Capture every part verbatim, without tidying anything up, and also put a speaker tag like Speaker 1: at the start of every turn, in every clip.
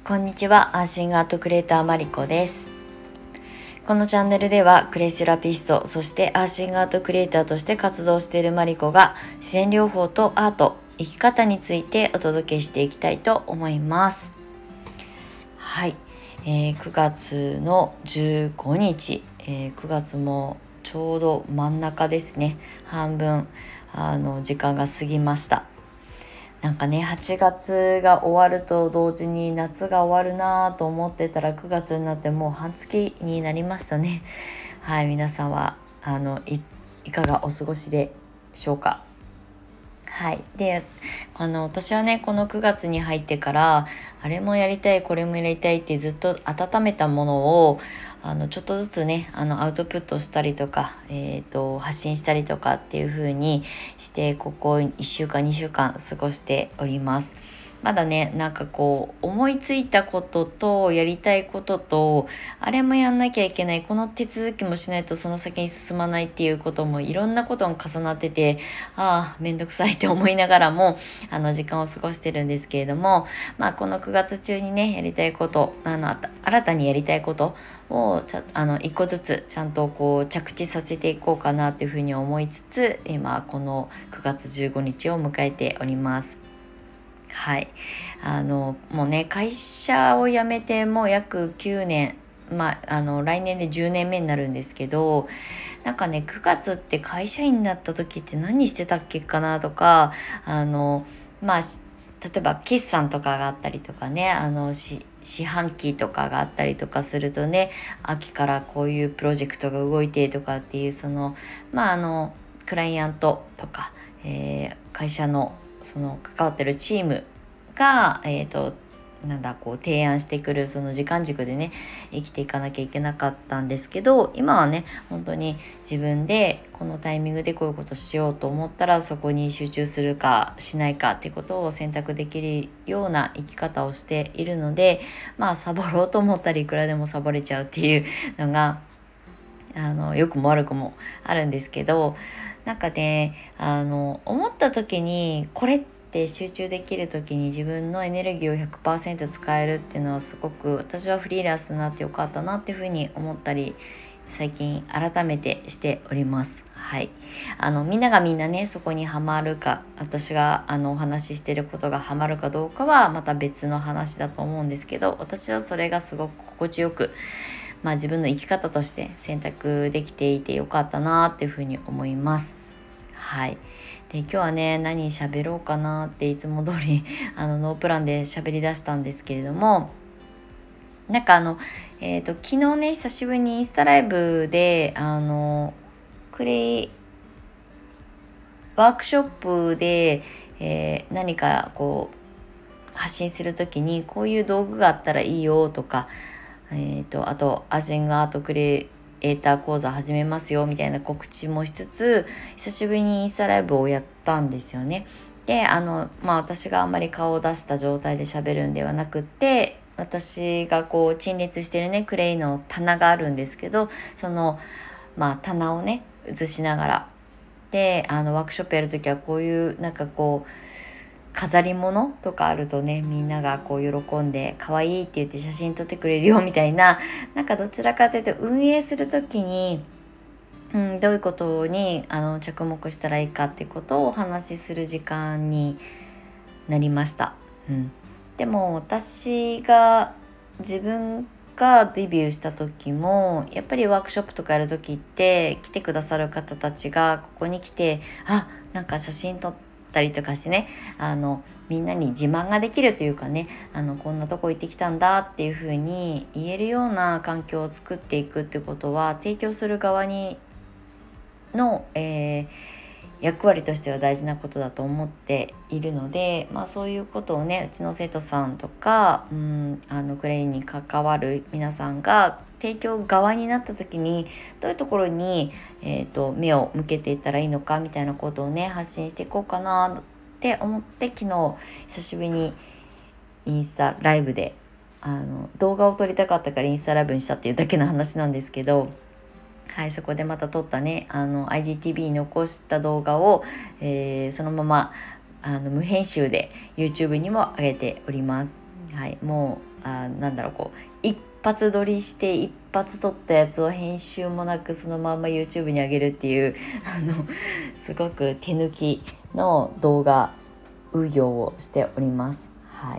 Speaker 1: こんにちは、アーシングアートクリエイターマリコです。このチャンネルではクレイセラピスト、そしてアーシングアートクリエイターとして活動しているマリコが自然療法とアート、生き方についてお届けしていきたいと思います。はい、えー、くがつのじゅうごにち、えー、くがつもちょうど真ん中ですね。半分あの時間が過ぎました。なんかね、はちがつが終わると同時に夏が終わるなと思ってたらくがつになってもう半月になりましたね。はい、皆さんはあの い, いかがお過ごしでしょうか。はい。で、あの私はね、このくがつに入ってからあれもやりたいこれもやりたいってずっと温めたものをあのちょっとずつねあのアウトプットしたりとか、えーと、発信したりとかっていう風にしてここいっしゅうかんにしゅうかん過ごしております。まだねなんかこう思いついたこととやりたいこととあれもやんなきゃいけない、この手続きもしないとその先に進まないっていうこともいろんなことが重なってて、ああめんどくさいって思いながらもあの時間を過ごしてるんですけれども、まあこのくがつ中にねやりたいこと、あの新たにやりたいことをちゃあの一個ずつちゃんとこう着地させていこうかなというふうに思いつつ、今このくがつじゅうごにちを迎えております。はい、あのもうね会社を辞めてもう約きゅうねん、まあ、あの来年でじゅうねんめになるんですけど、なんかねくがつって会社員になった時って何してたっけかなとか、あのまあ例えば決算とかがあったりとかね、あのし四半期とかがあったりとかするとね、秋からこういうプロジェクトが動いてとかっていう、そのまああのクライアントとか、えー会社のその関わってるチームが、えーと、なんだこう提案してくるその時間軸でね生きていかなきゃいけなかったんですけど、今はね本当に自分でこのタイミングでこういうことしようと思ったらそこに集中するかしないかってことを選択できるような生き方をしているので、まあサボろうと思ったらいくらでもサボれちゃうっていうのがあの良くも悪くもあるんですけど、なんかねあの思った時にこれって集中できる時に自分のエネルギーを ひゃくパーセント 使えるっていうのはすごく私はフリーランスになってよかったなっていうふうに思ったり最近改めてしております。はい、あのみんながみんなねそこにハマるか、私があのお話ししていることがハマるかどうかはまた別の話だと思うんですけど、私はそれがすごく心地よく、まあ、自分の生き方として選択できていてよかったなっていうふうに思います。はい。で今日はね何喋ろうかなっていつも通りあのノープランで喋り出したんですけれども、なんかあのえっ、ー、と昨日ね久しぶりにインスタライブであのクレイワークショップで、えー、何かこう発信するときにこういう道具があったらいいよとか、えーと、あとアジングアートクリエイター講座始めますよみたいな告知もしつつ、久しぶりにインスタライブをやったんですよね。であの、まあ、私があんまり顔を出した状態で喋るんではなくって、私がこう陳列してるねクレイの棚があるんですけど、その、まあ、棚をね映しながらであのワークショップやるときはこういうなんかこう飾り物とかあるとねみんながこう喜んで可愛いって言って写真撮ってくれるよみたいな、なんかどちらかというと運営するときに、うん、どういうことにあの着目したらいいかってことをお話しする時間になりました。うん、でも私が自分がデビューした時もやっぱりワークショップとかやる時って来てくださる方たちがここに来て、あ、なんか写真撮ってたりとかしてね、あのみんなに自慢ができるというかね、あのこんなとこ行ってきたんだっていう風に言えるような環境を作っていくってことは提供する側にの、えー、役割としては大事なことだと思っているので、まあ、そういうことをねうちの生徒さんとか、うん、あのクレイに関わる皆さんが提供側になった時にどういうところに、えーと、目を向けていったらいいのかみたいなことをね発信していこうかなって思って、昨日久しぶりにインスタライブであの動画を撮りたかったからインスタライブにしたっていうだけの話なんですけど、はい、そこでまた撮ったねあの アイジーティービー に残した動画を、えー、そのままあの無編集で YouTube にも上げております。はい、もあなんだろうこう一発撮りして一発撮ったやつを編集もなくそのまま YouTube に上げるっていうあのすごく手抜きの動画運用をしております。はい。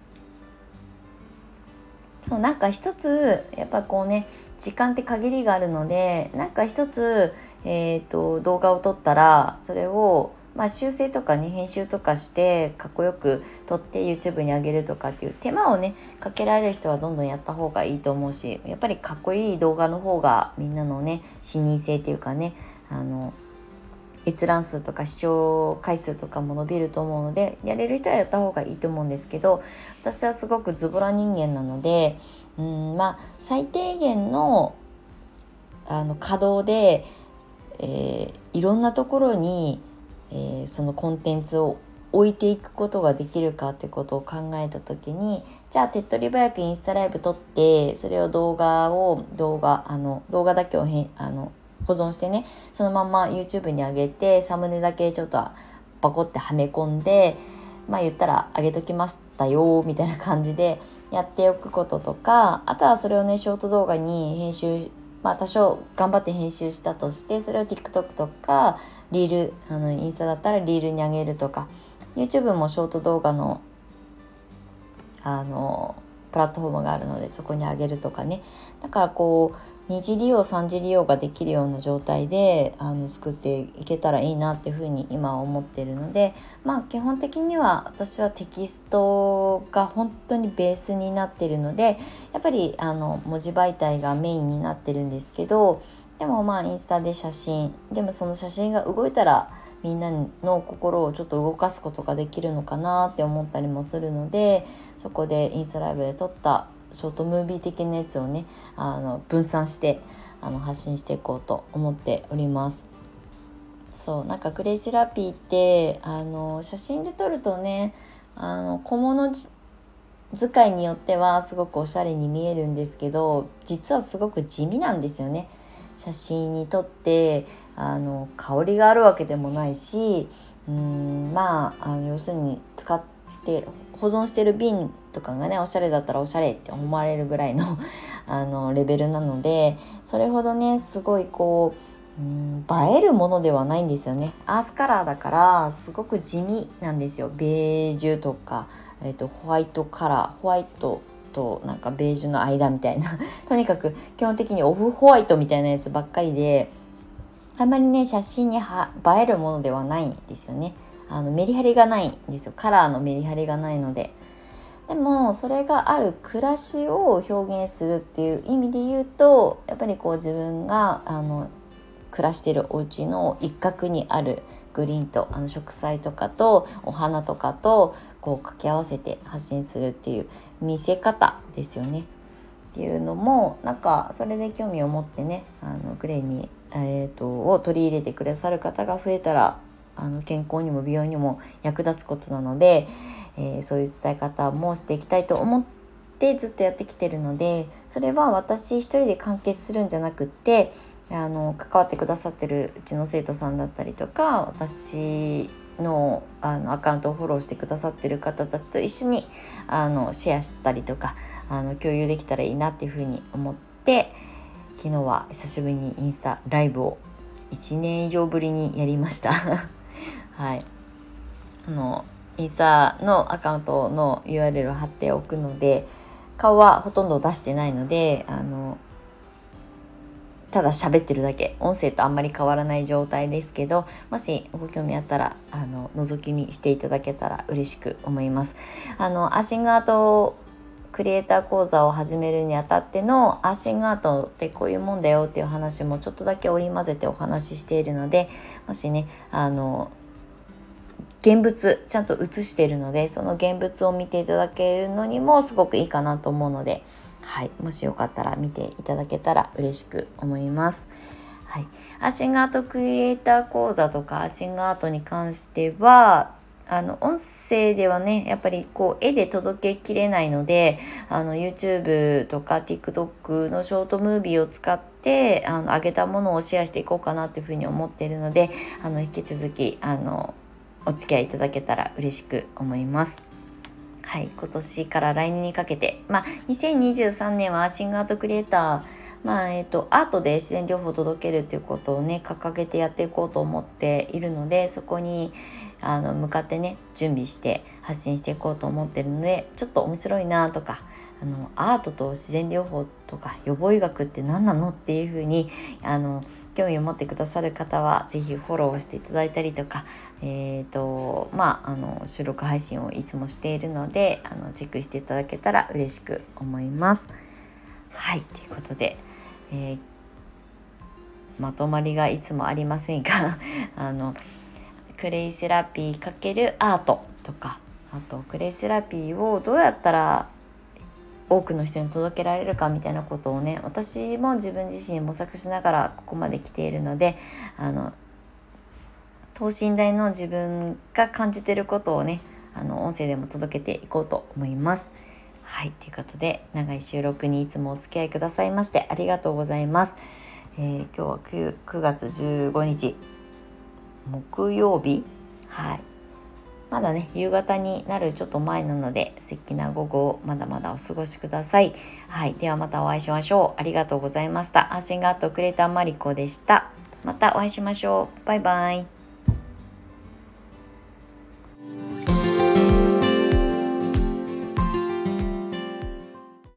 Speaker 1: でもなんか一つやっぱこうね時間って限りがあるので、なんか一つ、えーと、動画を撮ったらそれをまあ修正とかね編集とかしてかっこよく撮って YouTube に上げるとかっていう手間をねかけられる人はどんどんやった方がいいと思うし、やっぱりかっこいい動画の方がみんなのね視認性っていうかね、あの閲覧数とか視聴回数とかも伸びると思うので、やれる人はやった方がいいと思うんですけど、私はすごくズボラ人間なので、うんまあ最低限のあの稼働で、えー、いろんなところに、えー、そのコンテンツを置いていくことができるかってことを考えた時に、じゃあ手っ取り早くインスタライブ撮ってそれを動画を動画あの動画だけをへんあの保存してね、そのまま YouTube に上げてサムネだけちょっとバコってはめ込んで、まあ言ったら上げときましたよみたいな感じでやっておくこととか、あとはそれをねショート動画に編集、まあ多少頑張って編集したとして、それを TikTok とかリール、あのインスタだったらリールに上げるとか、 YouTube もショート動画のあのプラットフォームがあるのでそこに上げるとかね。だからこう二次利用三次利用ができるような状態であの作っていけたらいいなっていうふうに今は思っているので、まあ基本的には私はテキストが本当にベースになっているので、やっぱりあの文字媒体がメインになってるんですけど、でもまあインスタで写真でもその写真が動いたらみんなの心をちょっと動かすことができるのかなって思ったりもするので、そこでインスタライブで撮ったショートムービー的なやつをねあの分散してあの発信していこうと思っております。そうなんかクレイセラピーってあの写真で撮るとね、あの小物使いによってはすごくおしゃれに見えるんですけど、実はすごく地味なんですよね。写真に撮ってあの香りがあるわけでもないし、うーんまあ、あの要するに使って保存してる瓶とかがねおしゃれだったらおしゃれって思われるぐらいのあのレベルなので、それほどねすごいこう、うん、映えるものではないんですよね。アースカラーだからすごく地味なんですよ。ベージュとか、えーと、ホワイトカラーホワイトとなんかベージュの間みたいなとにかく基本的にオフホワイトみたいなやつばっかりで、あんまりね写真には映えるものではないんですよね。あのメリハリがないんですよ。カラーのメリハリがないので。でもそれがある暮らしを表現するっていう意味で言うと、やっぱりこう自分があの暮らしているお家の一角にあるグリーンとあの植栽とかとお花とかとこう掛け合わせて発信するっていう見せ方ですよね。っていうのもなんかそれで興味を持ってねあのクレイに、えーと、を取り入れてくださる方が増えたらあの健康にも美容にも役立つことなので、えー、そういう伝え方もしていきたいと思ってずっとやってきてるので、それは私一人で完結するんじゃなくってあの関わってくださってるうちの生徒さんだったりとか私の、あのアカウントをフォローしてくださってる方たちと一緒にあのシェアしたりとかあの共有できたらいいなっていうふうに思って、昨日は久しぶりにインスタライブをいちねん以上ぶりにやりましたはい、あのインスタのアカウントの ユーアールエル を貼っておくので、顔はほとんど出してないのであのただ喋ってるだけ、音声とあんまり変わらない状態ですけど、もしご興味あったらあの覗き見していただけたら嬉しく思います。あのアーシングアートクリエイター講座を始めるにあたってのアーシングアートってこういうもんだよっていう話もちょっとだけ織り交ぜてお話ししているので、もしねあの現物ちゃんと写しているので、その現物を見ていただけるのにもすごくいいかなと思うので、はい、もしよかったら見ていただけたら嬉しく思います。はい、アーシングアートクリエイター講座とかアーシングアートに関してはあの音声ではねやっぱりこう絵で届けきれないので、あの YouTube とか TikTok のショートムービーを使ってあの上げたものをシェアしていこうかなというふうに思っているので、あの引き続きあのお付き合いいただけたら嬉しく思います。 はい、今年から来年にかけて、まあ、にせんにじゅうさんねんはアーシングアートクリエイター、まあえー、とアートで自然療法を届けるっていうことをね掲げてやっていこうと思っているので、そこにあの向かってね準備して発信していこうと思ってるので、ちょっと面白いなとか、あのアートと自然療法とか予防医学って何なのっていう風にあの興味を持ってくださる方はぜひフォローしていただいたりとか、えーとまあ、あの収録配信をいつもしているので、あのチェックしていただけたら嬉しく思います。はい、ということで、えー、まとまりがいつもありませんがあのクレイセラピー×アートとか、あとクレイセラピーをどうやったら多くの人に届けられるかみたいなことをね、私も自分自身模索しながらここまで来ているので、あの等身大の自分が感じていることをね、あの音声でも届けていこうと思います。はい、ということで長い収録にいつもお付き合いくださいましてありがとうございます。えー、今日は 9, くがつじゅうごにち木曜日、はい、まだね夕方になるちょっと前なので、素敵な午後をまだまだお過ごしください。はい、ではまたお会いしましょう。ありがとうございました。アーシングアートクリエイターマリコでした。またお会いしましょう。バイバイ。